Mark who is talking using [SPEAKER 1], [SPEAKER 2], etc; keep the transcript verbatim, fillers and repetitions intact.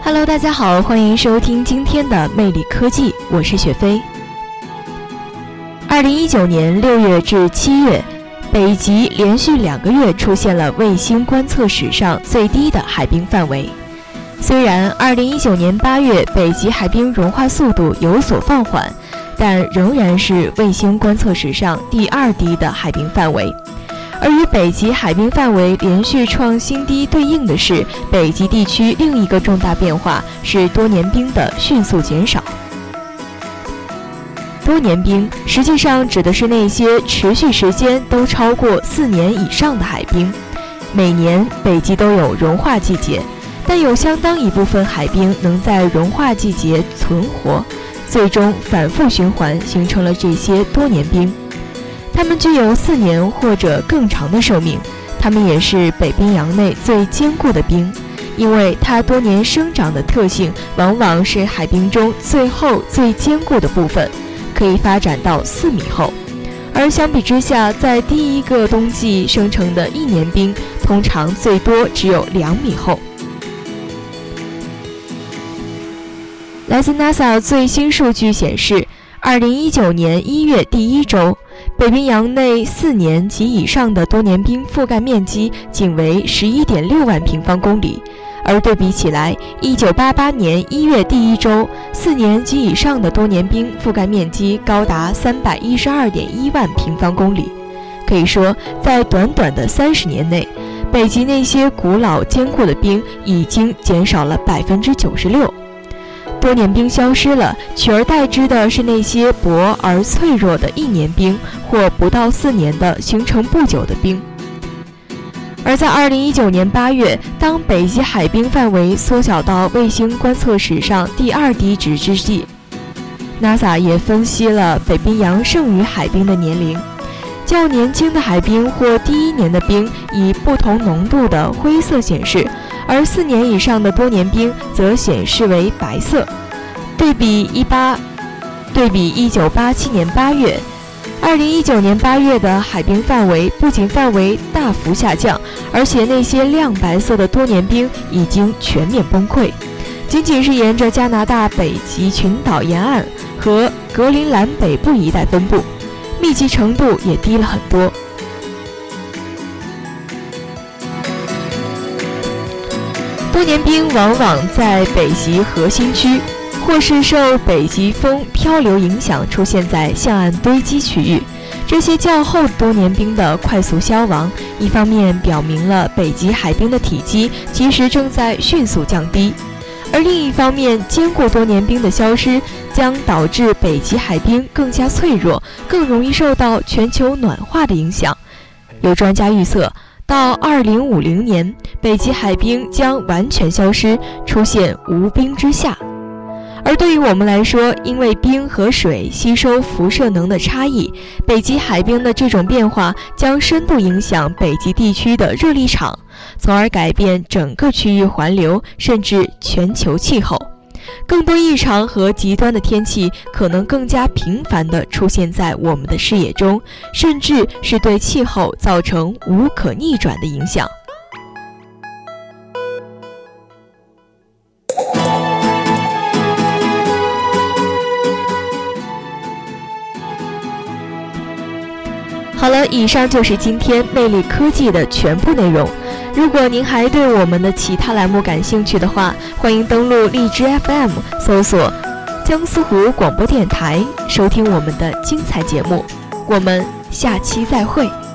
[SPEAKER 1] Hello， 大家好，欢迎收听今天的魅力科技，我是雪飞。二零一九年六月至七月，北极连续两个月出现了卫星观测史上最低的海冰范围。虽然二零一九年八月北极海冰融化速度有所放缓，但仍然是卫星观测史上第二低的海冰范围。而与北极海冰范围连续创新低对应的是，北极地区另一个重大变化是多年冰的迅速减少。多年冰实际上指的是那些持续时间都超过四年以上的海冰。每年北极都有融化季节，但有相当一部分海冰能在融化季节存活，最终反复循环形成了这些多年冰。它们具有四年或者更长的寿命，它们也是北冰洋内最坚固的冰，因为它多年生长的特性往往是海冰中最厚最坚固的部分，可以发展到四米厚。而相比之下，在第一个冬季生成的一年冰通常最多只有两米厚。来自 NASA 最新数据显示，二零一九年一月第一周，北冰洋内四年及以上的多年冰覆盖面积仅为 十一点六万平方公里，而对比起来，一九八八年一月第一周，四年及以上的多年冰覆盖面积高达 三百一十二点一万平方公里。可以说，在短短的三十年内，北极那些古老坚固的冰已经减少了 百分之九十六。多年冰消失了，取而代之的是那些薄而脆弱的一年冰或不到四年的形成不久的冰。而在二零一九年八月，当北极海冰范围缩小到卫星观测史上第二低值之际， NASA 也分析了北冰洋剩余海冰的年龄。较年轻的海冰或第一年的冰以不同浓度的灰色显示，而四年以上的多年冰则显示为白色。对比一八，对比一九八七年八月，二零一九年八月的海冰范围不仅范围大幅下降，而且那些亮白色的多年冰已经全面崩溃。仅仅是沿着加拿大北极群岛沿岸和格陵兰北部一带分布，密集程度也低了很多。多年冰往往在北极核心区，或是受北极风漂流影响出现在向岸堆积区域。这些较厚多年冰的快速消亡，一方面表明了北极海冰的体积其实正在迅速降低，而另一方面，坚固多年冰的消失将导致北极海冰更加脆弱，更容易受到全球暖化的影响。有专家预测，到二零五零年，北极海冰将完全消失，出现无冰之夏。而对于我们来说，因为冰和水吸收辐射能的差异，北极海冰的这种变化将深度影响北极地区的热力场，从而改变整个区域环流，甚至全球气候。更多异常和极端的天气可能更加频繁地出现在我们的视野中，甚至是对气候造成无可逆转的影响。好了，以上就是今天魅力科技的全部内容。如果您还对我们的其他栏目感兴趣的话，欢迎登录荔枝 F M 搜索江苏湖广播电台，收听我们的精彩节目。我们下期再会。